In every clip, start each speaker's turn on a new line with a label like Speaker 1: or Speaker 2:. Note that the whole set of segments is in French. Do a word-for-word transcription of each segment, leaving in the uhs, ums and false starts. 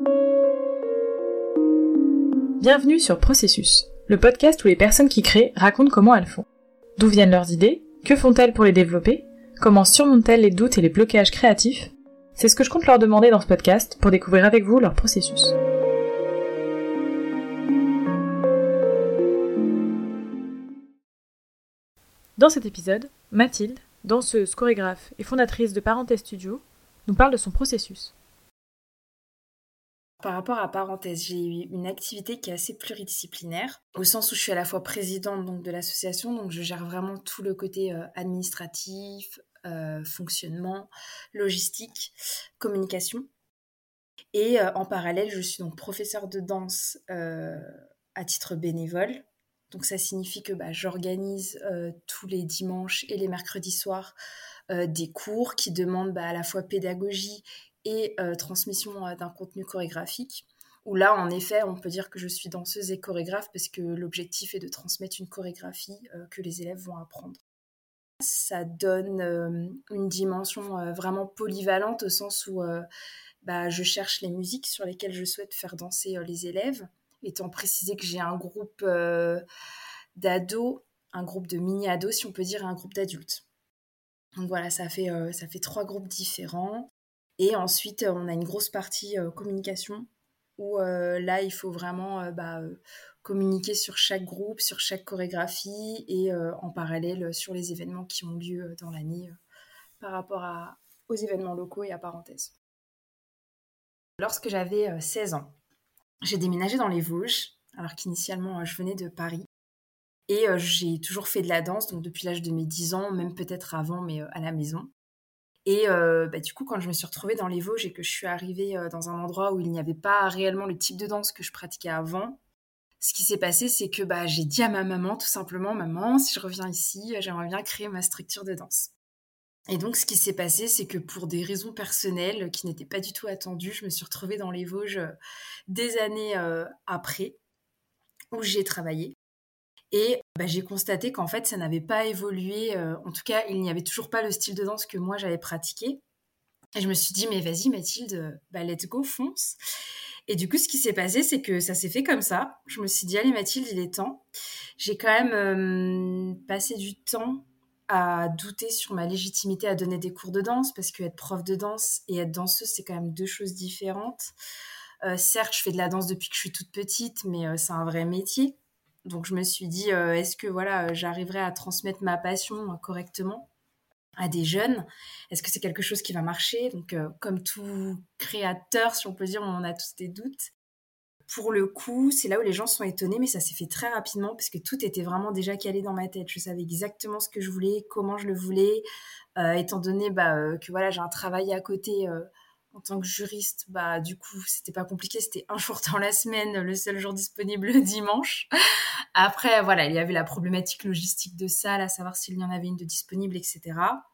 Speaker 1: Bienvenue sur Processus, le podcast où les personnes qui créent racontent comment elles font. D'où viennent leurs idées? Que font-elles pour les développer? Comment surmontent-elles les doutes et les blocages créatifs? C'est ce que je compte leur demander dans ce podcast pour découvrir avec vous leur processus. Dans cet épisode, Mathilde, danseuse, chorégraphe et fondatrice de Parenthèse Studio, nous parle de son processus.
Speaker 2: Par rapport à Parenthèse, j'ai eu une activité qui est assez pluridisciplinaire, au sens où je suis à la fois présidente donc, de l'association, donc je gère vraiment tout le côté euh, administratif, euh, fonctionnement, logistique, communication. Et euh, en parallèle, je suis donc professeure de danse euh, à titre bénévole. Donc ça signifie que bah, j'organise euh, tous les dimanches et les mercredis soirs euh, des cours qui demandent bah, à la fois pédagogie et euh, transmission euh, d'un contenu chorégraphique, où là, en effet, on peut dire que je suis danseuse et chorégraphe parce que l'objectif est de transmettre une chorégraphie euh, que les élèves vont apprendre. Ça donne euh, une dimension euh, vraiment polyvalente au sens où euh, bah, je cherche les musiques sur lesquelles je souhaite faire danser euh, les élèves, étant précisé que j'ai un groupe euh, d'ados, un groupe de mini-ados, si on peut dire, et un groupe d'adultes. Donc voilà, ça fait, euh, ça fait trois groupes différents. Et ensuite, on a une grosse partie euh, communication où euh, là, il faut vraiment euh, bah, euh, communiquer sur chaque groupe, sur chaque chorégraphie et euh, en parallèle sur les événements qui ont lieu dans l'année euh, par rapport à, aux événements locaux et à Parenthèse. Lorsque j'avais euh, seize ans, j'ai déménagé dans les Vosges, alors qu'initialement, euh, je venais de Paris. Et euh, j'ai toujours fait de la danse, donc depuis l'âge de mes dix ans, même peut-être avant, mais euh, à la maison. Et euh, bah, du coup, quand je me suis retrouvée dans les Vosges et que je suis arrivée euh, dans un endroit où il n'y avait pas réellement le type de danse que je pratiquais avant, ce qui s'est passé, c'est que bah, j'ai dit à ma maman, tout simplement, « Maman, si je reviens ici, j'aimerais bien créer ma structure de danse. » Et donc, ce qui s'est passé, c'est que pour des raisons personnelles qui n'étaient pas du tout attendues, je me suis retrouvée dans les Vosges euh, des années euh, après, où j'ai travaillé. Et bah, j'ai constaté qu'en fait, ça n'avait pas évolué. Euh, en tout cas, il n'y avait toujours pas le style de danse que moi, j'avais pratiqué. Et je me suis dit, mais vas-y Mathilde, bah, let's go, fonce. Et du coup, ce qui s'est passé, c'est que ça s'est fait comme ça. Je me suis dit, allez Mathilde, il est temps. J'ai quand même euh, passé du temps à douter sur ma légitimité à donner des cours de danse, parce qu'être prof de danse et être danseuse, c'est quand même deux choses différentes. Euh, certes, je fais de la danse depuis que je suis toute petite, mais euh, c'est un vrai métier. Donc je me suis dit, euh, est-ce que voilà, j'arriverai à transmettre ma passion euh, correctement à des jeunes? Est-ce que c'est quelque chose qui va marcher? Donc euh, comme tout créateur, si on peut dire, on en a tous des doutes. Pour le coup, c'est là où les gens sont étonnés, mais ça s'est fait très rapidement parce que tout était vraiment déjà calé dans ma tête. Je savais exactement ce que je voulais, comment je le voulais, euh, étant donné bah, euh, que voilà, j'ai un travail à côté euh, en tant que juriste. Bah, du coup, c'était pas compliqué, c'était un jour dans la semaine, le seul jour disponible le dimanche. Après, voilà, il y avait la problématique logistique de salle, à savoir s'il y en avait une de disponible, et cetera.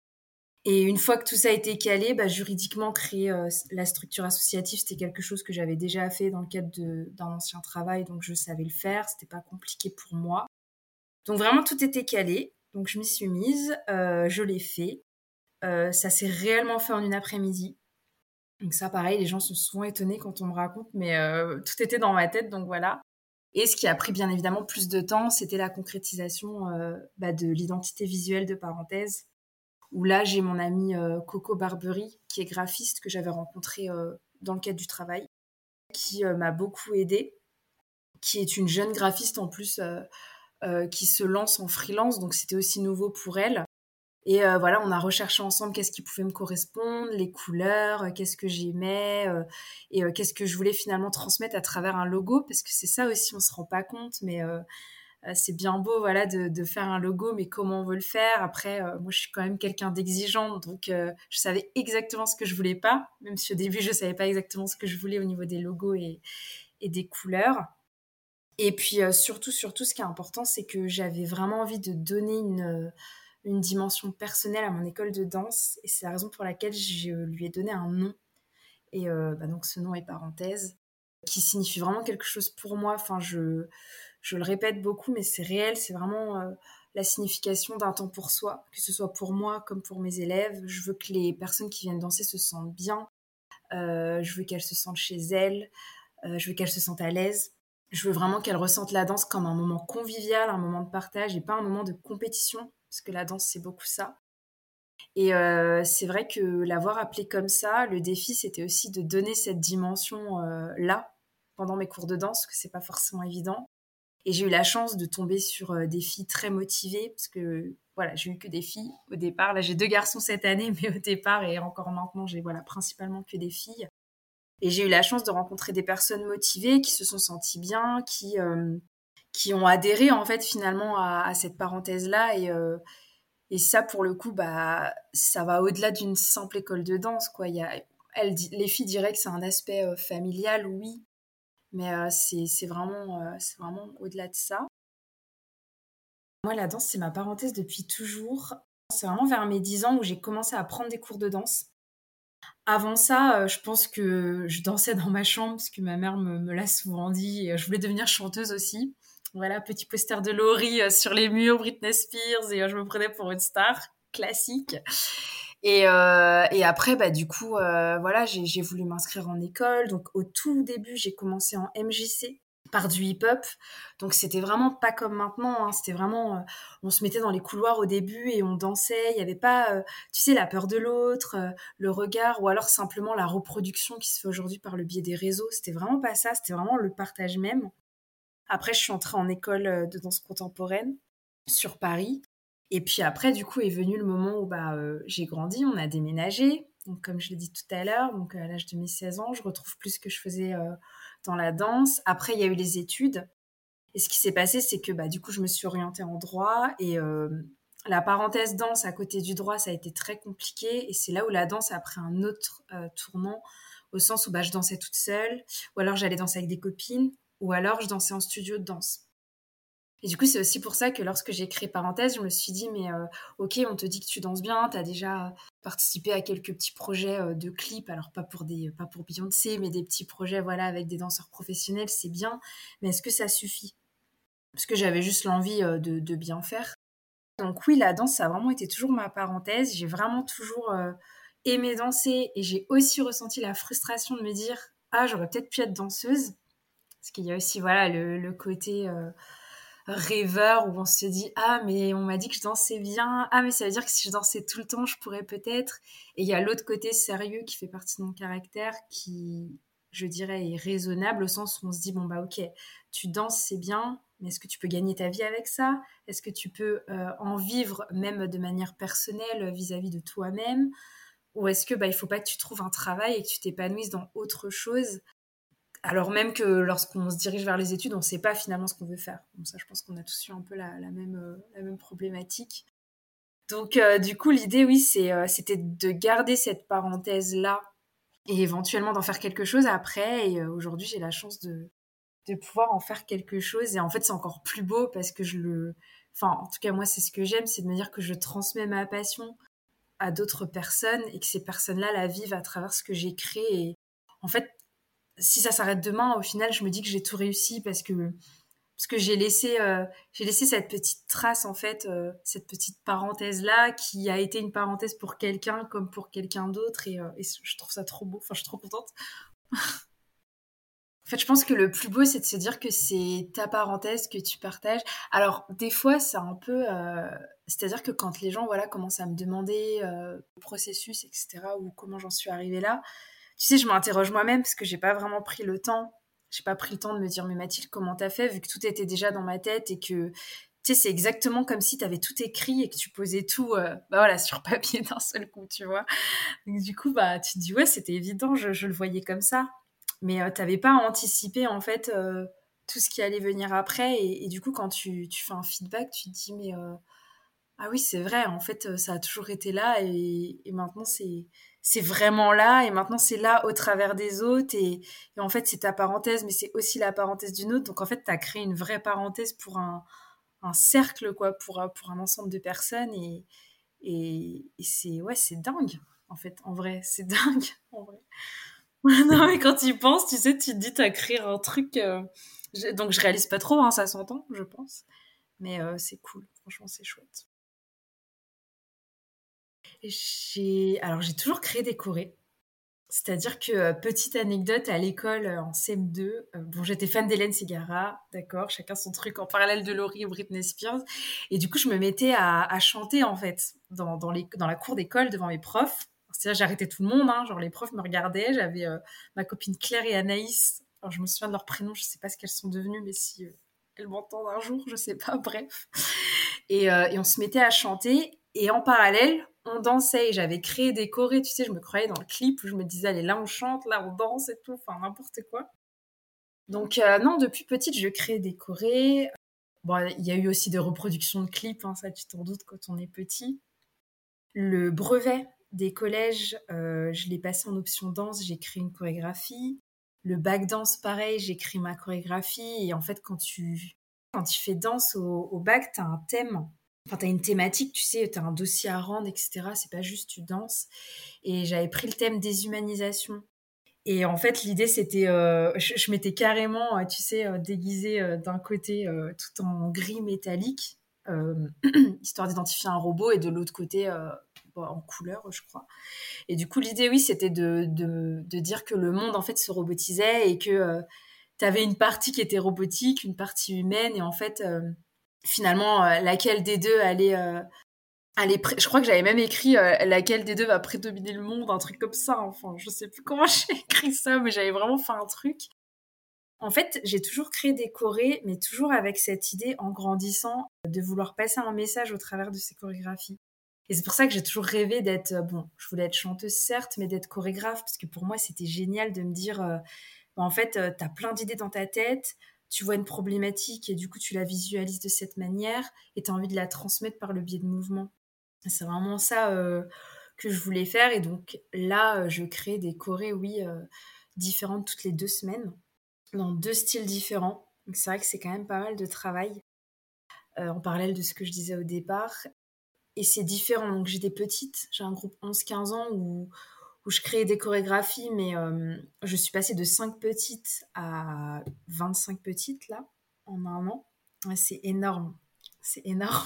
Speaker 2: Et une fois que tout ça a été calé, bah, juridiquement, créer euh, la structure associative, c'était quelque chose que j'avais déjà fait dans le cadre de, d'un ancien travail, donc je savais le faire, c'était pas compliqué pour moi. Donc vraiment, tout était calé, donc je m'y suis mise, euh, je l'ai fait. Euh, ça s'est réellement fait en une après-midi. Donc ça, pareil, les gens sont souvent étonnés quand on me raconte, mais euh, tout était dans ma tête, donc voilà. Et ce qui a pris bien évidemment plus de temps, c'était la concrétisation euh, bah, de l'identité visuelle de Parenthèse, où là, j'ai mon amie euh, Coco Barbery, qui est graphiste, que j'avais rencontrée euh, dans le cadre du travail, qui euh, m'a beaucoup aidée, qui est une jeune graphiste en plus, euh, euh, qui se lance en freelance, donc c'était aussi nouveau pour elle. Et euh, voilà, on a recherché ensemble qu'est-ce qui pouvait me correspondre, les couleurs, euh, qu'est-ce que j'aimais, euh, et euh, qu'est-ce que je voulais finalement transmettre à travers un logo, parce que c'est ça aussi, on se rend pas compte, mais euh, euh, c'est bien beau voilà, de, de faire un logo, mais comment on veut le faire? Après, euh, moi, je suis quand même quelqu'un d'exigeant, donc euh, je savais exactement ce que je voulais pas, même si au début, je savais pas exactement ce que je voulais au niveau des logos et, et des couleurs. Et puis euh, surtout, surtout, ce qui est important, c'est que j'avais vraiment envie de donner une, une dimension personnelle à mon école de danse. Et c'est la raison pour laquelle je lui ai donné un nom. Et euh, bah donc ce nom est Parenthèse, qui signifie vraiment quelque chose pour moi. Enfin, je, je le répète beaucoup, mais c'est réel. C'est vraiment euh, la signification d'un temps pour soi, que ce soit pour moi comme pour mes élèves. Je veux que les personnes qui viennent danser se sentent bien, Euh, je veux qu'elle se sente chez elle. Euh, je veux qu'elle se sente à l'aise. Je veux vraiment qu'elle ressente la danse comme un moment convivial, un moment de partage et pas un moment de compétition, parce que la danse, c'est beaucoup ça. Et euh, c'est vrai que l'avoir appelé comme ça, le défi, c'était aussi de donner cette dimension-là pendant mes cours de danse, que c'est pas forcément évident. Et j'ai eu la chance de tomber sur euh, des filles très motivées, parce que voilà, j'ai eu que des filles au départ. Là, j'ai deux garçons cette année, mais au départ et encore maintenant, j'ai voilà, principalement que des filles. Et j'ai eu la chance de rencontrer des personnes motivées qui se sont senties bien, qui, euh, qui ont adhéré en fait finalement à, à cette parenthèse-là. Et, euh, et ça, pour le coup, bah, ça va au-delà d'une simple école de danse, quoi. Il y a, elle, les filles diraient que c'est un aspect euh, familial, oui, mais euh, c'est, c'est vraiment, euh, c'est vraiment au-delà de ça. Moi, la danse, c'est ma parenthèse depuis toujours. C'est vraiment vers mes dix ans où j'ai commencé à prendre des cours de danse. Avant ça, euh, je pense que je dansais dans ma chambre parce que ma mère me, me l'a souvent dit. Et, euh, je voulais devenir chanteuse aussi. Voilà, petit poster de Laurie euh, sur les murs, Britney Spears, et euh, je me prenais pour une star classique. Et, euh, et après, bah, du coup, euh, voilà, j'ai, j'ai voulu m'inscrire en école. Donc, au tout début, j'ai commencé en M J C par du hip-hop. Donc, c'était vraiment pas comme maintenant. Hein. C'était vraiment, euh, on se mettait dans les couloirs au début et on dansait. Il n'y avait pas, euh, tu sais, la peur de l'autre, euh, le regard, ou alors simplement la reproduction qui se fait aujourd'hui par le biais des réseaux. C'était vraiment pas ça. C'était vraiment le partage même. Après, je suis entrée en école de danse contemporaine sur Paris. Et puis après, du coup, est venu le moment où bah, euh, j'ai grandi, on a déménagé. Donc, comme je l'ai dit tout à l'heure, donc à l'âge de mes seize ans, je retrouve plus ce que je faisais euh, dans la danse. Après, il y a eu les études. Et ce qui s'est passé, c'est que bah, du coup, je me suis orientée en droit. Et euh, la parenthèse danse à côté du droit, ça a été très compliqué. Et c'est là où la danse a pris un autre euh, tournant, au sens où bah, je dansais toute seule, ou alors j'allais danser avec des copines, ou alors je dansais en studio de danse. Et du coup, c'est aussi pour ça que lorsque j'ai créé Parenthèse, je me suis dit, mais euh, ok, on te dit que tu danses bien, t'as déjà participé à quelques petits projets euh, de clips, alors pas pour, des, pas pour Beyoncé, mais des petits projets voilà, avec des danseurs professionnels, c'est bien, mais est-ce que ça suffit? Parce que j'avais juste l'envie euh, de, de bien faire. Donc oui, la danse, ça a vraiment été toujours ma parenthèse. J'ai vraiment toujours euh, aimé danser et j'ai aussi ressenti la frustration de me dire, ah, j'aurais peut-être pu être danseuse. Parce qu'il y a aussi voilà, le, le côté... Euh, rêveur où on se dit ah mais on m'a dit que je dansais bien, ah mais ça veut dire que si je dansais tout le temps je pourrais peut-être. Et il y a l'autre côté sérieux qui fait partie de mon caractère qui je dirais est raisonnable au sens où on se dit bon bah ok tu danses c'est bien mais est-ce que tu peux gagner ta vie avec ça, est-ce que tu peux euh, en vivre même de manière personnelle vis-à-vis de toi-même, ou est-ce que bah il faut pas que tu trouves un travail et que tu t'épanouisses dans autre chose, alors même que lorsqu'on se dirige vers les études, on ne sait pas finalement ce qu'on veut faire. Donc ça, je pense qu'on a tous eu un peu la, la, même, euh, la même problématique. Donc euh, du coup, l'idée, oui, c'est, euh, c'était de garder cette parenthèse-là et éventuellement d'en faire quelque chose après. Et euh, aujourd'hui, j'ai la chance de, de pouvoir en faire quelque chose. Et en fait, c'est encore plus beau parce que je le... Enfin, en tout cas, moi, c'est ce que j'aime, c'est de me dire que je transmets ma passion à d'autres personnes et que ces personnes-là la vivent à travers ce que j'ai créé. Et en fait, si ça s'arrête demain, au final, je me dis que j'ai tout réussi parce que parce que j'ai laissé euh, j'ai laissé cette petite trace en fait, euh, cette petite parenthèse là qui a été une parenthèse pour quelqu'un comme pour quelqu'un d'autre et, euh, et je trouve ça trop beau. Enfin, je suis trop contente. En fait, je pense que le plus beau, c'est de se dire que c'est ta parenthèse que tu partages. Alors, des fois, c'est un peu... Euh, c'est-à-dire que quand les gens voilà, commencent à me demander euh, le processus, et cetera, ou comment j'en suis arrivée là, tu sais, je m'interroge moi-même parce que j'ai pas vraiment pris le temps. J'ai pas pris le temps de me dire, mais Mathilde, comment t'as fait, vu que tout était déjà dans ma tête et que, tu sais, c'est exactement comme si t'avais tout écrit et que tu posais tout, euh, bah voilà, sur papier d'un seul coup, tu vois. Donc, du coup, bah, tu te dis, ouais, c'était évident, je, je le voyais comme ça. Mais euh, t'avais pas anticipé, en fait, euh, tout ce qui allait venir après. Et, et du coup, quand tu, tu fais un feedback, tu te dis, mais euh, ah oui, c'est vrai, en fait, euh, ça a toujours été là et, et maintenant, c'est, c'est vraiment là. Et maintenant, c'est là au travers des autres. Et, et en fait, c'est ta parenthèse, mais c'est aussi la parenthèse d'une autre. Donc, en fait, t'as créé une vraie parenthèse pour un, un cercle, quoi, pour, un- pour un ensemble de personnes. Et, et, et c'est, ouais, c'est dingue, en fait, en vrai. C'est dingue, en vrai. Non, mais quand tu y penses, tu sais, tu te dis, t'as créé un truc. euh, je- Donc, je réalise pas trop, hein, ça s'entend, je pense. Mais euh, c'est cool, franchement, c'est chouette. J'ai... Alors, j'ai toujours créé des chorés. C'est-à-dire que, euh, petite anecdote, à l'école, euh, en C M deux, euh, bon, j'étais fan d'Hélène Ségara, d'accord, chacun son truc en parallèle de Laurie et Britney Spears. Et du coup, je me mettais à, à chanter, en fait, dans, dans, les, dans la cour d'école devant mes profs. C'est-à-dire, j'arrêtais tout le monde, hein, genre les profs me regardaient. J'avais euh, ma copine Claire et Anaïs. Alors, je me souviens de leurs prénoms, je sais pas ce qu'elles sont devenues, mais si euh, elles m'entendent un jour, je sais pas, bref. Et, euh, et on se mettait à chanter. Et en parallèle, on dansait. Et j'avais créé des chorés, tu sais, je me croyais dans le clip où je me disais, allez, là on chante, là on danse et tout, enfin n'importe quoi. Donc euh, non, depuis petite, je crée des chorés. Bon, il y a eu aussi des reproductions de clips, hein, ça tu t'en doutes quand on est petit. Le brevet des collèges, euh, je l'ai passé en option danse, j'ai créé une chorégraphie. Le bac danse, pareil, j'ai créé ma chorégraphie. Et en fait, quand tu, quand tu fais danse au, au bac, t'as un thème. Enfin, t'as une thématique, tu sais, t'as un dossier à rendre, et cetera. C'est pas juste tu danses. Et j'avais pris le thème déshumanisation. Et en fait, l'idée, c'était, euh, je, je m'étais carrément, euh, tu sais, euh, déguisée euh, d'un côté euh, tout en gris métallique, euh, histoire d'identifier un robot, et de l'autre côté euh, bon, en couleur, je crois. Et du coup, l'idée, oui, c'était de, de, de dire que le monde, en fait, se robotisait, et que euh, t'avais une partie qui était robotique, une partie humaine, et en fait, euh, finalement, euh, laquelle des deux allait... Euh, allait pré- je crois que j'avais même écrit euh, laquelle des deux va prédominer le monde, un truc comme ça. Enfin, je sais plus comment j'ai écrit ça, mais j'avais vraiment fait un truc. En fait, j'ai toujours créé des chorés, mais toujours avec cette idée, en grandissant, de vouloir passer un message au travers de ces chorégraphies. Et c'est pour ça que j'ai toujours rêvé d'être, euh, bon, je voulais être chanteuse certes, mais d'être chorégraphe, parce que pour moi, c'était génial de me dire, euh, bah, en fait, euh, t'as plein d'idées dans ta tête, tu vois une problématique et du coup, tu la visualises de cette manière et t'as envie de la transmettre par le biais de mouvements. C'est vraiment ça euh, que je voulais faire. Et donc là, euh, je crée des chorés, oui, euh, différentes toutes les deux semaines, dans deux styles différents. Donc c'est vrai que c'est quand même pas mal de travail, euh, en parallèle de ce que je disais au départ. Et c'est différent. Donc j'ai des petites, j'ai un groupe onze quinze ans où, où je crée des chorégraphies, mais euh, je suis passée de cinq petites à vingt-cinq petites, là, en un an. Ouais, c'est énorme. C'est énorme.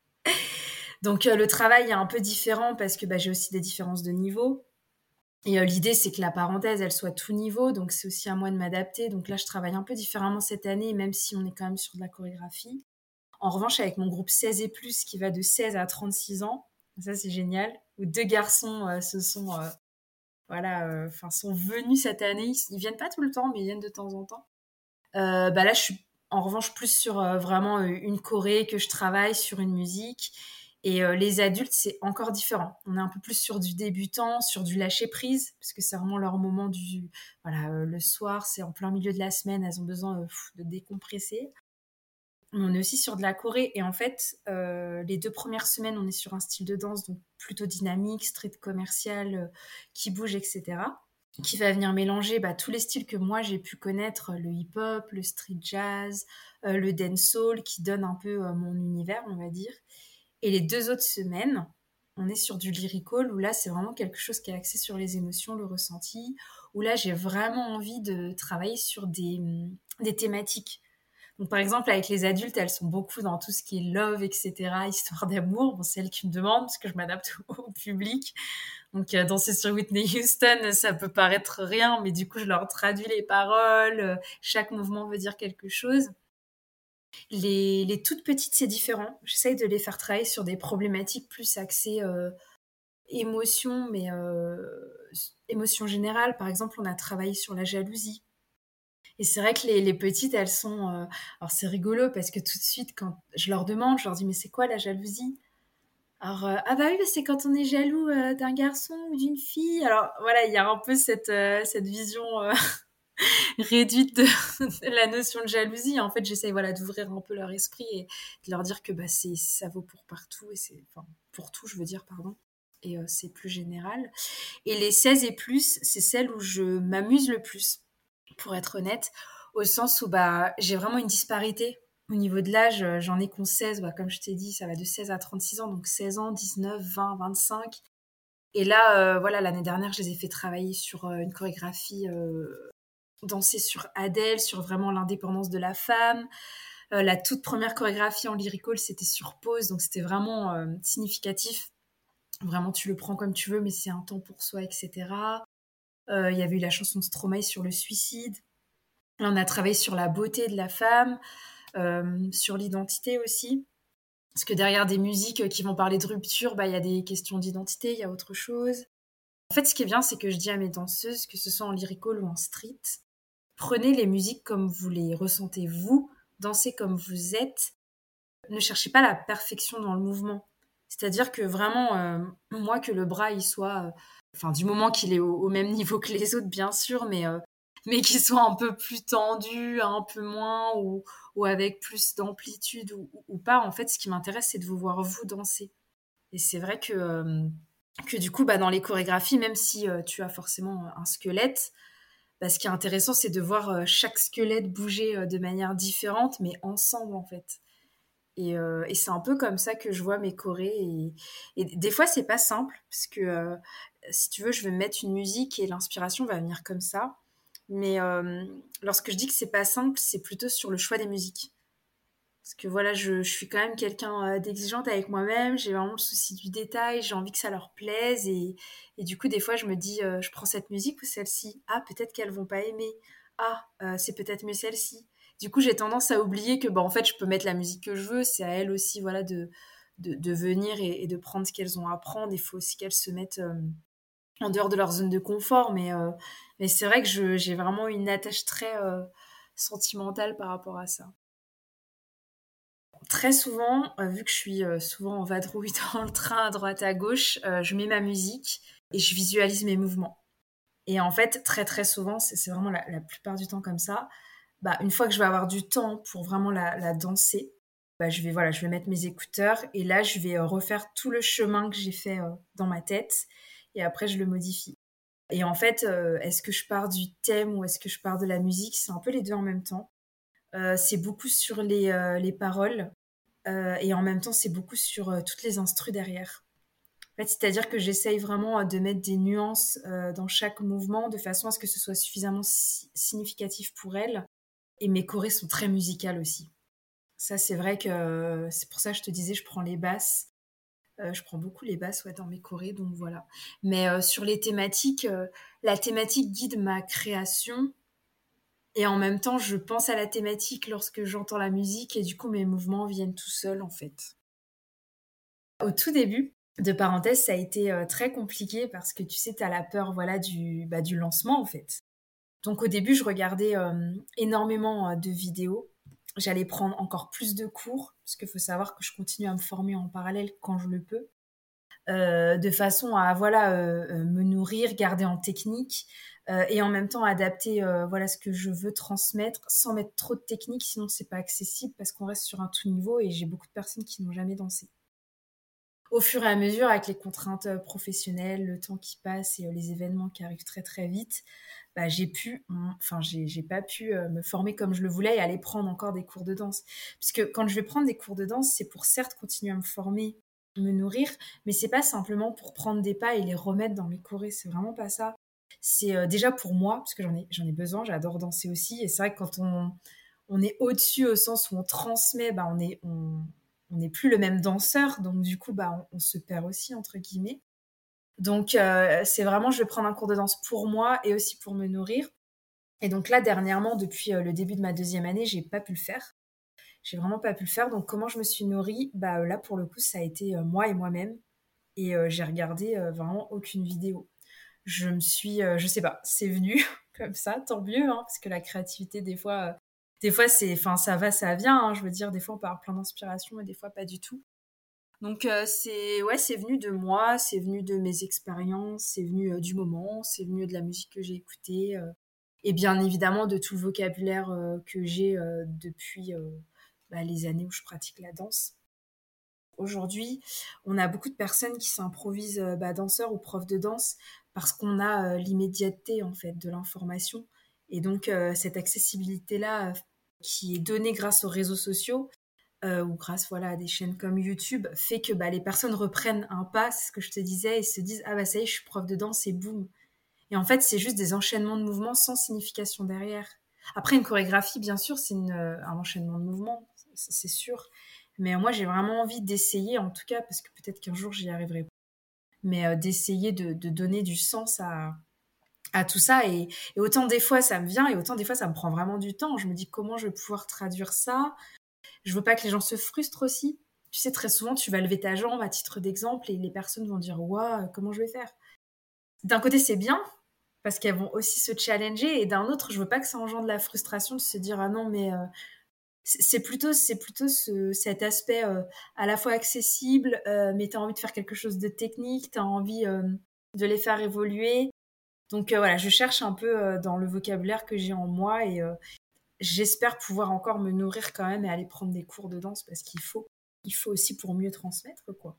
Speaker 2: Donc euh, le travail est un peu différent parce que bah, j'ai aussi des différences de niveau. Et euh, l'idée, c'est que la parenthèse, elle soit tout niveau. Donc c'est aussi à moi de m'adapter. Donc là, je travaille un peu différemment cette année, même si on est quand même sur de la chorégraphie. En revanche, avec mon groupe seize et plus, qui va de seize à trente-six ans, ça c'est génial, où deux garçons euh, se sont, euh, voilà, euh, enfin, sont venus cette année. Ils, ils viennent pas tout le temps, mais ils viennent de temps en temps. Euh, bah là, je suis en revanche plus sur euh, vraiment euh, une choré que je travaille, sur une musique. Et euh, les adultes, c'est encore différent. On est un peu plus sur du débutant, sur du lâcher prise, parce que c'est vraiment leur moment du, voilà, euh, le soir, c'est en plein milieu de la semaine, elles ont besoin euh, de décompresser. Mais on est aussi sur de la choré. Et en fait, euh, les deux premières semaines, on est sur un style de danse donc plutôt dynamique, street commercial, euh, qui bouge, et cetera. Qui va venir mélanger bah, tous les styles que moi j'ai pu connaître, le hip-hop, le street jazz, euh, le dancehall, qui donne un peu euh, mon univers, on va dire. Et les deux autres semaines, on est sur du lyrical, où là c'est vraiment quelque chose qui est axé sur les émotions, le ressenti, où là j'ai vraiment envie de travailler sur des, des thématiques. Donc, par exemple, avec les adultes, elles sont beaucoup dans tout ce qui est love, et cetera, histoire d'amour. Bon, c'est elles qui me demandent, parce que je m'adapte au public. Donc, euh, danser sur Whitney Houston, ça peut paraître rien, mais du coup, je leur traduis les paroles. Euh, chaque mouvement veut dire quelque chose. Les, les toutes petites, c'est différent. J'essaye de les faire travailler sur des problématiques plus axées euh, émotion, mais euh, émotion générale. Par exemple, on a travaillé sur la jalousie. Et c'est vrai que les, les petites, elles sont... euh, Alors, c'est rigolo parce que tout de suite, quand je leur demande, je leur dis, mais c'est quoi la jalousie? Alors, euh, ah bah oui, bah c'est quand on est jaloux euh, d'un garçon ou d'une fille. Alors, voilà, il y a un peu cette, euh, cette vision euh, réduite de, de la notion de jalousie. En fait, j'essaye voilà, d'ouvrir un peu leur esprit et de leur dire que bah, c'est, ça vaut pour partout. Et c'est, enfin, pour tout, je veux dire, pardon. Et euh, c'est plus général. Et les seize et plus, c'est celles où je m'amuse le plus, pour être honnête, au sens où bah, j'ai vraiment une disparité. Au niveau de l'âge, euh, j'en ai qu'ont seize, bah, comme je t'ai dit, ça va de seize à trente-six ans, donc seize ans, dix-neuf, vingt, vingt-cinq. Et là, euh, voilà, l'année dernière, je les ai fait travailler sur euh, une chorégraphie euh, dansée sur Adele, sur vraiment l'indépendance de la femme. Euh, la toute première chorégraphie en lyrical, c'était sur pause, donc c'était vraiment euh, significatif. Vraiment, tu le prends comme tu veux, mais c'est un temps pour soi, et cetera. Euh, Il y avait eu la chanson de Stromae sur le suicide. Là, on a travaillé sur la beauté de la femme, euh, sur l'identité aussi. Parce que derrière des musiques qui vont parler de rupture, bah, il y a des questions d'identité, il y a autre chose. En fait, ce qui est bien, c'est que je dis à mes danseuses, que ce soit en lyrical ou en street, prenez les musiques comme vous les ressentez vous, dansez comme vous êtes, ne cherchez pas la perfection dans le mouvement. C'est-à-dire que vraiment, euh, moi, que le bras, il soit, euh, enfin, du moment qu'il est au, au même niveau que les autres, bien sûr, mais, euh, mais qu'il soit un peu plus tendu, un peu moins, ou, ou avec plus d'amplitude, ou, ou pas, en fait, ce qui m'intéresse, c'est de vous voir vous danser. Et c'est vrai que, euh, que du coup, bah, dans les chorégraphies, même si euh, tu as forcément un squelette, bah, ce qui est intéressant, c'est de voir euh, chaque squelette bouger euh, de manière différente, mais ensemble, en fait. Et, euh, et c'est un peu comme ça que je vois mes chorés. Et, et des fois, c'est pas simple, parce que euh, si tu veux, je vais me mettre une musique et l'inspiration va venir comme ça. Mais euh, lorsque je dis que c'est pas simple, c'est plutôt sur le choix des musiques. Parce que voilà, je, je suis quand même quelqu'un euh, d'exigeante avec moi-même, j'ai vraiment le souci du détail, j'ai envie que ça leur plaise. Et, et du coup, des fois, je me dis, euh, je prends cette musique ou celle-ci. Ah, peut-être qu'elles vont pas aimer. Ah, euh, c'est peut-être mieux celle-ci. Du coup, j'ai tendance à oublier que, bah, en fait, je peux mettre la musique que je veux. C'est à elles aussi, voilà, de, de, de venir et, et de prendre ce qu'elles ont à prendre. Il faut aussi qu'elles se mettent euh, en dehors de leur zone de confort. Mais, euh, mais c'est vrai que je, j'ai vraiment une attache très euh, sentimentale par rapport à ça. Très souvent, euh, vu que je suis euh, souvent en vadrouille dans le train à droite à gauche, euh, je mets ma musique et je visualise mes mouvements. Et en fait, très très souvent, c'est, c'est vraiment la, la plupart du temps comme ça. Bah, une fois que je vais avoir du temps pour vraiment la, la danser, bah, je vais voilà, je vais mettre mes écouteurs et là, je vais euh, refaire tout le chemin que j'ai fait euh, dans ma tête et après, je le modifie. Et en fait, euh, est-ce que je pars du thème ou est-ce que je pars de la musique? C'est un peu les deux en même temps. Euh, c'est beaucoup sur les, euh, les paroles. Euh, et en même temps, c'est beaucoup sur euh, toutes les instrus derrière. En fait, c'est-à-dire que j'essaye vraiment euh, de mettre des nuances euh, dans chaque mouvement de façon à ce que ce soit suffisamment si- significatif pour elle. Et mes chorés sont très musicales aussi. Ça, c'est vrai que euh, c'est pour ça que je te disais, je prends les basses. Euh, je prends beaucoup les basses ouais, dans mes chorés, donc voilà. Mais euh, sur les thématiques, euh, la thématique guide ma création. Et en même temps, je pense à la thématique lorsque j'entends la musique et du coup, mes mouvements viennent tout seuls en fait. Au tout début, de parenthèse, ça a été euh, très compliqué parce que tu sais, tu as la peur voilà, du, bah, du lancement en fait. Donc au début, je regardais euh, énormément euh, de vidéos. J'allais prendre encore plus de cours parce qu'il faut savoir que je continue à me former en parallèle quand je le peux. Euh, de façon à voilà euh, euh, me nourrir, garder en technique euh, et en même temps adapter euh, voilà ce que je veux transmettre sans mettre trop de technique, sinon c'est pas accessible parce qu'on reste sur un tout niveau et j'ai beaucoup de personnes qui n'ont jamais dansé. Au fur et à mesure, avec les contraintes euh, professionnelles, le temps qui passe et euh, les événements qui arrivent très très vite, bah, j'ai pu, enfin j'ai, j'ai pas pu euh, me former comme je le voulais et aller prendre encore des cours de danse. Puisque quand je vais prendre des cours de danse, c'est pour certes continuer à me former, me nourrir, mais c'est pas simplement pour prendre des pas et les remettre dans mes chorés, c'est vraiment pas ça. C'est euh, déjà pour moi, parce que j'en ai, j'en ai besoin, j'adore danser aussi, et c'est vrai que quand on, on est au-dessus au sens où on transmet, bah on est, on, on n'est plus le même danseur, donc du coup, bah, on, on se perd aussi, entre guillemets. Donc, euh, c'est vraiment, je vais prendre un cours de danse pour moi et aussi pour me nourrir. Et donc là, dernièrement, depuis euh, le début de ma deuxième année, j'ai pas pu le faire. J'ai vraiment pas pu le faire. Donc, comment je me suis nourrie? Bah euh, là, pour le coup, ça a été euh, moi et moi-même. Et euh, j'ai regardé euh, vraiment aucune vidéo. Je me suis, euh, je sais pas, c'est venu comme ça, tant mieux, hein, parce que la créativité, des fois, euh, des fois, c'est, enfin, ça va, ça vient. Hein, je veux dire, des fois, on parle plein d'inspiration et des fois, pas du tout. Donc euh, c'est ouais, c'est venu de moi, c'est venu de mes expériences, c'est venu euh, du moment, c'est venu de la musique que j'ai écoutée euh, et bien évidemment de tout le vocabulaire euh, que j'ai euh, depuis euh, bah, les années où je pratique la danse. Aujourd'hui, on a beaucoup de personnes qui s'improvisent euh, bah, danseurs ou profs de danse parce qu'on a euh, l'immédiateté en fait de l'information et donc euh, cette accessibilité là qui est donnée grâce aux réseaux sociaux euh, ou grâce voilà, à des chaînes comme YouTube, fait que bah, les personnes reprennent un pas, c'est ce que je te disais, et se disent « Ah bah ça y est, je suis prof de danse » et boum. Et en fait, c'est juste des enchaînements de mouvements sans signification derrière. Après, une chorégraphie, bien sûr, c'est une, euh, un enchaînement de mouvements, c'est sûr. Mais moi, j'ai vraiment envie d'essayer, en tout cas, parce que peut-être qu'un jour, j'y arriverai pas, mais euh, d'essayer de, de donner du sens à, à tout ça. Et, et autant des fois ça me vient et autant des fois ça me prend vraiment du temps. Je me dis comment je vais pouvoir traduire ça. Je veux pas que les gens se frustrent aussi. Tu sais, très souvent, tu vas lever ta jambe à titre d'exemple et les personnes vont dire « Waouh, comment je vais faire ?» D'un côté, c'est bien parce qu'elles vont aussi se challenger et d'un autre, je veux pas que ça engendre la frustration de se dire « Ah non, mais... Euh, c'est plutôt, c'est plutôt ce, cet aspect euh, à la fois accessible, euh, mais tu as envie de faire quelque chose de technique, tu as envie euh, de les faire évoluer. Donc euh, voilà, je cherche un peu euh, dans le vocabulaire que j'ai en moi et euh, j'espère pouvoir encore me nourrir quand même et aller prendre des cours de danse parce qu'il faut, il faut aussi pour mieux transmettre, quoi.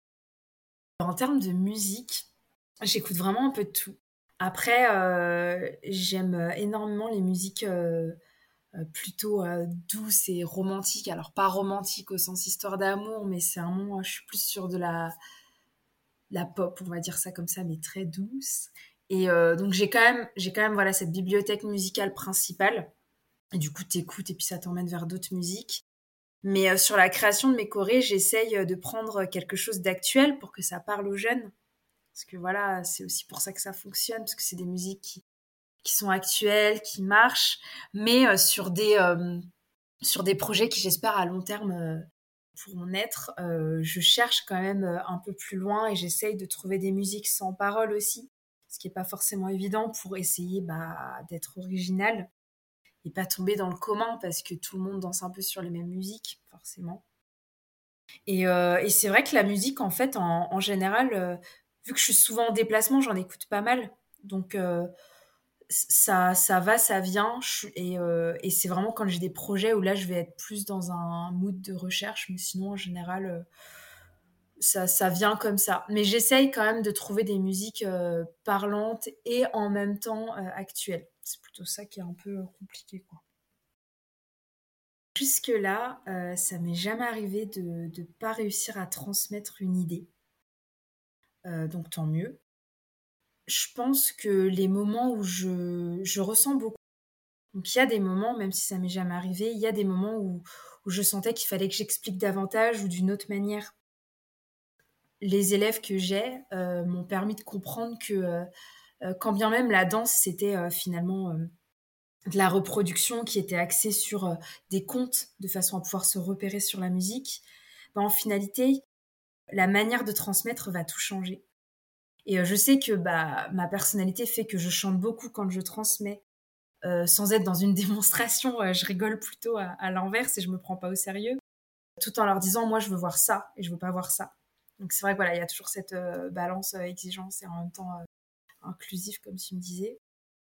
Speaker 2: En termes de musique, j'écoute vraiment un peu de tout. Après, euh, j'aime énormément les musiques... Euh, Euh, plutôt euh, douce et romantique. Alors pas romantique au sens histoire d'amour, mais c'est un moment, je suis plus sur de la, la pop, on va dire ça comme ça, mais très douce. Et euh, donc j'ai quand même, j'ai quand même voilà cette bibliothèque musicale principale. Et du coup t'écoutes et puis ça t'emmène vers d'autres musiques. Mais euh, sur la création de mes chorés, j'essaye de prendre quelque chose d'actuel pour que ça parle aux jeunes. Parce que voilà, c'est aussi pour ça que ça fonctionne, parce que c'est des musiques qui qui sont actuelles, qui marchent, mais euh, sur des euh, sur des projets qui, j'espère, à long terme euh, pourront naître. Euh, je cherche quand même euh, un peu plus loin et j'essaye de trouver des musiques sans parole aussi, ce qui n'est pas forcément évident pour essayer bah, d'être original et pas tomber dans le commun parce que tout le monde danse un peu sur les mêmes musiques, forcément. Et, euh, et c'est vrai que la musique, en fait, en, en général, euh, vu que je suis souvent en déplacement, j'en écoute pas mal. Donc, euh, ça, ça va, ça vient. Je, et, euh, et c'est vraiment quand j'ai des projets où là, je vais être plus dans un mood de recherche. Mais sinon, en général, euh, ça, ça vient comme ça. Mais j'essaye quand même de trouver des musiques euh, parlantes et en même temps euh, actuelles. C'est plutôt ça qui est un peu euh, compliqué, quoi. Jusque-là, euh, ça m'est jamais arrivé de ne pas réussir à transmettre une idée. Euh, donc tant mieux. Je pense que les moments où je, je ressens beaucoup. Donc il y a des moments, même si ça m'est jamais arrivé, il y a des moments où, où je sentais qu'il fallait que j'explique davantage ou d'une autre manière. Les élèves que j'ai euh, m'ont permis de comprendre que euh, euh, quand bien même la danse, c'était euh, finalement euh, de la reproduction qui était axée sur euh, des contes de façon à pouvoir se repérer sur la musique, ben, en finalité, la manière de transmettre va tout changer. Et euh, je sais que bah, ma personnalité fait que je chante beaucoup quand je transmets. Euh, sans être dans une démonstration, euh, je rigole plutôt à, à l'inverse et je me prends pas au sérieux, tout en leur disant moi je veux voir ça et je veux pas voir ça. Donc c'est vrai que voilà, il y a toujours cette euh, balance euh, exigence et en même temps euh, inclusif comme tu me disais.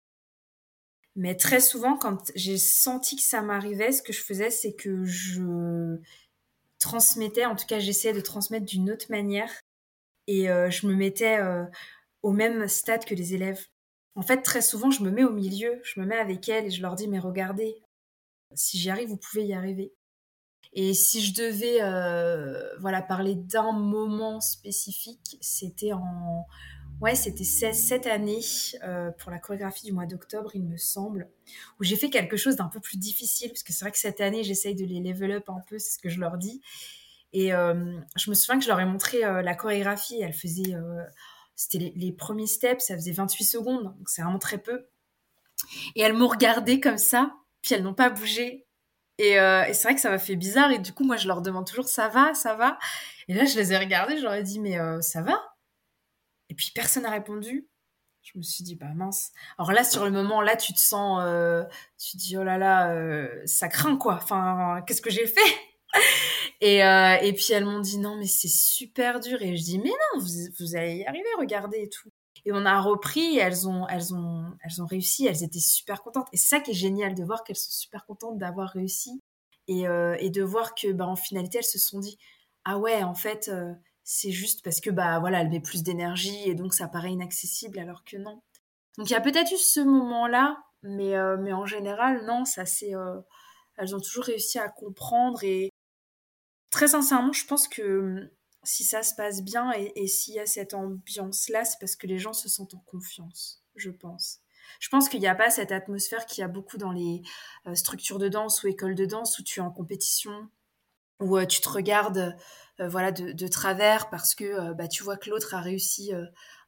Speaker 2: Mais très souvent, quand j'ai senti que ça m'arrivait, ce que je faisais, c'est que je transmettais, en tout cas j'essayais de transmettre d'une autre manière et euh, je me mettais euh, au même stade que les élèves. En fait, très souvent, je me mets au milieu, je me mets avec elles et je leur dis mais regardez, si j'y arrive, vous pouvez y arriver. Et si je devais euh, voilà, parler d'un moment spécifique, c'était en... Ouais, c'était cette année, euh, pour la chorégraphie du mois d'octobre, il me semble, où j'ai fait quelque chose d'un peu plus difficile, parce que c'est vrai que cette année, j'essaye de les level up un peu, c'est ce que je leur dis. Et euh, je me souviens que je leur ai montré euh, la chorégraphie, elle faisait... Euh, c'était les, les premiers steps, ça faisait vingt-huit secondes, donc c'est vraiment très peu. Et elles m'ont regardée comme ça, puis elles n'ont pas bougé. Et, euh, et c'est vrai que ça m'a fait bizarre. Et du coup, moi, je leur demande toujours ça va, ça va. Et là, je les ai regardées, je leur ai dit mais euh, ça va. Et puis personne n'a répondu. Je me suis dit bah mince. Alors là, sur le moment, là, tu te sens, euh, tu te dis oh là là, euh, ça craint quoi. Enfin, qu'est-ce que j'ai fait? Et, euh, et puis elles m'ont dit non mais c'est super dur. Et je dis mais non, vous, vous allez y arriver, regardez et tout. Et on a repris, et elles ont, elles ont, elles ont réussi, elles étaient super contentes. Et c'est ça qui est génial de voir qu'elles sont super contentes d'avoir réussi et, euh, et de voir que, bah, en finalité, elles se sont dit, ah ouais, en fait, euh, c'est juste parce que, bah, voilà, elle met plus d'énergie et donc ça paraît inaccessible, alors que non. Donc il y a peut-être eu ce moment-là, mais, euh, mais en général, non, ça c'est, euh, elles ont toujours réussi à comprendre et très sincèrement, je pense que si ça se passe bien et, et s'il y a cette ambiance-là, c'est parce que les gens se sentent en confiance, je pense. Je pense qu'il n'y a pas cette atmosphère qu'il y a beaucoup dans les euh, structures de danse ou écoles de danse où tu es en compétition, où euh, tu te regardes euh, voilà, de, de travers parce que euh, bah, tu vois que l'autre a réussi euh,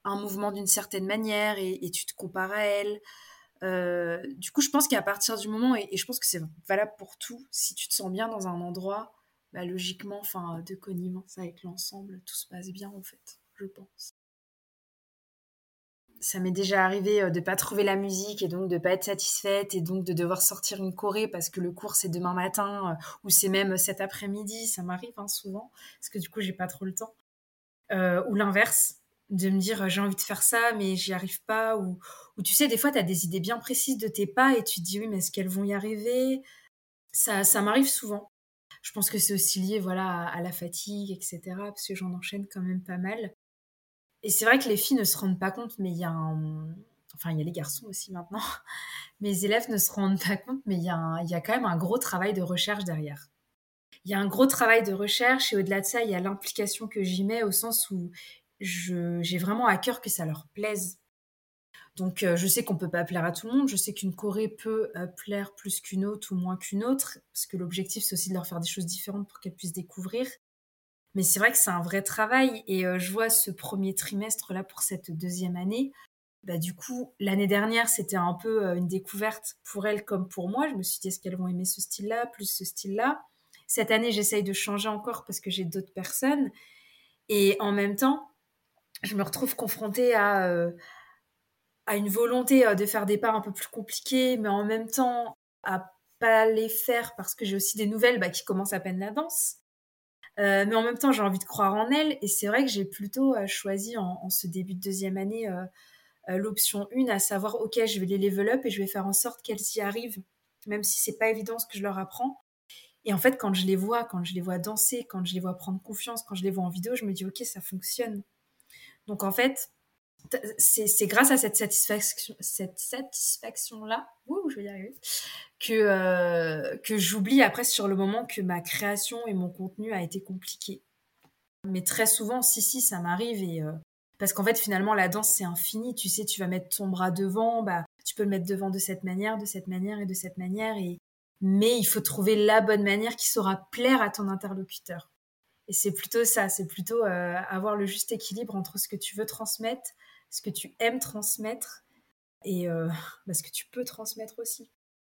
Speaker 2: un mouvement d'une certaine manière et, et tu te compares à elle. Euh, du coup, je pense qu'à partir du moment, et, et je pense que c'est valable pour tout, si tu te sens bien dans un endroit, bah, logiquement, enfin, de connivence avec l'ensemble, tout se passe bien en fait, je pense. Ça m'est déjà arrivé de ne pas trouver la musique et donc de ne pas être satisfaite et donc de devoir sortir une choré parce que le cours c'est demain matin ou c'est même cet après-midi, ça m'arrive hein, souvent, parce que du coup j'ai pas trop le temps. Euh, ou l'inverse, de me dire j'ai envie de faire ça mais j'y arrive pas, ou, ou tu sais des fois tu as des idées bien précises de tes pas et tu te dis oui mais est-ce qu'elles vont y arriver, ça, ça m'arrive souvent. Je pense que c'est aussi lié voilà, à, à la fatigue, et cetera, parce que j'en enchaîne quand même pas mal. Et c'est vrai que les filles ne se rendent pas compte, mais il y a un... Enfin, il y a les garçons aussi maintenant. Mes élèves ne se rendent pas compte, mais il y a, un... il y a quand même un gros travail de recherche derrière. Il y a un gros travail de recherche et au-delà de ça, il y a l'implication que j'y mets au sens où je... j'ai vraiment à cœur que ça leur plaise. Donc, euh, je sais qu'on peut pas plaire à tout le monde. Je sais qu'une choré peut euh, plaire plus qu'une autre ou moins qu'une autre, parce que l'objectif, c'est aussi de leur faire des choses différentes pour qu'elles puissent découvrir. Mais c'est vrai que c'est un vrai travail et euh, je vois ce premier trimestre là pour cette deuxième année. Bah, du coup, l'année dernière, c'était un peu euh, une découverte pour elles comme pour moi. Je me suis dit, est-ce qu'elles vont aimer ce style-là, plus ce style-là? Cette année, j'essaye de changer encore parce que j'ai d'autres personnes. Et en même temps, je me retrouve confrontée à, euh, à une volonté euh, de faire des pas un peu plus compliquées, mais en même temps, à pas les faire parce que j'ai aussi des nouvelles bah, qui commencent à peine la danse. Euh, mais en même temps, j'ai envie de croire en elle. Et c'est vrai que j'ai plutôt euh, choisi en, en ce début de deuxième année euh, euh, l'option un, à savoir, ok, je vais les level up et je vais faire en sorte qu'elles y arrivent, même si c'est pas évident ce que je leur apprends. Et en fait, quand je les vois, quand je les vois danser, quand je les vois prendre confiance, quand je les vois en vidéo, je me dis, ok, ça fonctionne. Donc en fait, c'est, c'est grâce à cette satisfaction, cette satisfaction-là, ouh, je vais y arriver, que, euh, que j'oublie après sur le moment que ma création et mon contenu a été compliqué. Mais très souvent, si, si, ça m'arrive. Et, euh, parce qu'en fait, finalement, la danse, c'est infini. Tu sais, tu vas mettre ton bras devant, bah, tu peux le mettre devant de cette manière, de cette manière et de cette manière. Et... Mais il faut trouver la bonne manière qui saura plaire à ton interlocuteur. Et c'est plutôt ça, c'est plutôt euh, avoir le juste équilibre entre ce que tu veux transmettre, ce que tu aimes transmettre et euh, bah, ce que tu peux transmettre aussi.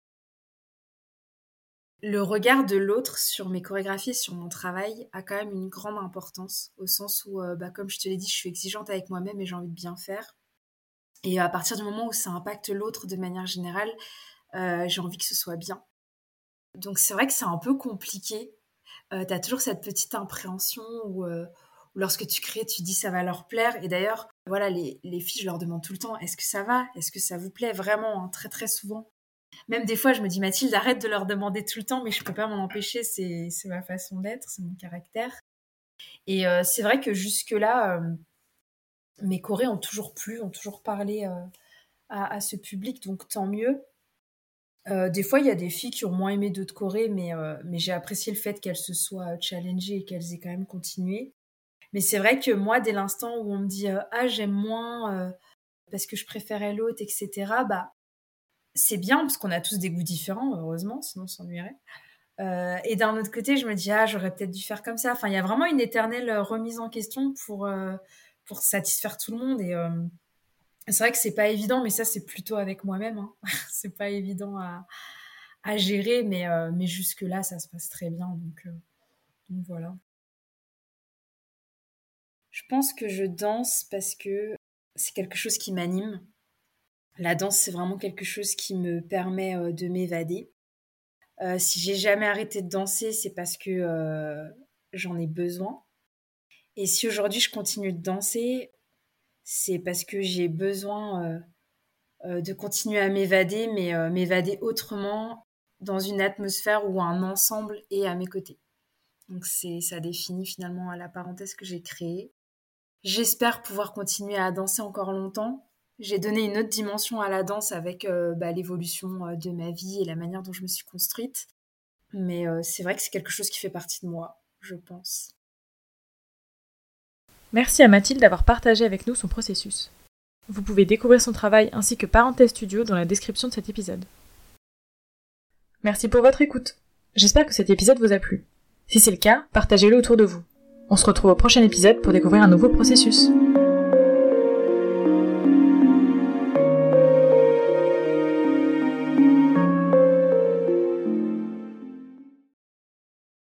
Speaker 2: Le regard de l'autre sur mes chorégraphies, sur mon travail, a quand même une grande importance, au sens où, euh, bah, comme je te l'ai dit, je suis exigeante avec moi-même et j'ai envie de bien faire. Et à partir du moment où ça impacte l'autre de manière générale, euh, j'ai envie que ce soit bien. Donc c'est vrai que c'est un peu compliqué. Euh, tu as toujours cette petite impréhension où, euh, où lorsque tu crées, tu dis ça va leur plaire. Et d'ailleurs, voilà, les, les filles, je leur demande tout le temps, est-ce que ça va? Est-ce que ça vous plaît? Vraiment, hein, très très souvent. Même des fois, je me dis, Mathilde, arrête de leur demander tout le temps, mais je peux pas m'en empêcher, c'est, c'est ma façon d'être, c'est mon caractère. Et euh, c'est vrai que jusque-là, euh, mes chorés ont toujours plu, ont toujours parlé euh, à, à ce public, donc tant mieux. Euh, des fois, il y a des filles qui ont moins aimé d'autres chorés, mais, euh, mais j'ai apprécié le fait qu'elles se soient challengées et qu'elles aient quand même continué. Mais c'est vrai que moi, dès l'instant où on me dit euh, « Ah, j'aime moins euh, parce que je préférais l'autre, et cetera » bah, c'est bien, parce qu'on a tous des goûts différents, heureusement, sinon on s'ennuierait. Euh, et d'un autre côté, je me dis « Ah, j'aurais peut-être dû faire comme ça ». Enfin, il y a vraiment une éternelle remise en question pour, euh, pour satisfaire tout le monde. Et euh, c'est vrai que c'est pas évident, mais ça, c'est plutôt avec moi-même. Hein. C'est pas évident à, à gérer, mais, euh, mais jusque-là, ça se passe très bien. Donc, euh, donc voilà. Je pense que je danse parce que c'est quelque chose qui m'anime. La danse, c'est vraiment quelque chose qui me permet euh, de m'évader. Euh, si j'ai jamais arrêté de danser, c'est parce que euh, j'en ai besoin. Et si aujourd'hui je continue de danser, c'est parce que j'ai besoin euh, euh, de continuer à m'évader, mais euh, m'évader autrement, dans une atmosphère où un ensemble est à mes côtés. Donc c'est, ça définit finalement la parenthèse que j'ai créée. J'espère pouvoir continuer à danser encore longtemps. J'ai donné une autre dimension à la danse avec euh, bah, l'évolution euh, de ma vie et la manière dont je me suis construite. Mais euh, c'est vrai que c'est quelque chose qui fait partie de moi, je pense.
Speaker 1: Merci à Mathilde d'avoir partagé avec nous son processus. Vous pouvez découvrir son travail ainsi que Parenthèse Studio dans la description de cet épisode. Merci pour votre écoute. J'espère que cet épisode vous a plu. Si c'est le cas, partagez-le autour de vous. On se retrouve au prochain épisode pour découvrir un nouveau processus. Thank you.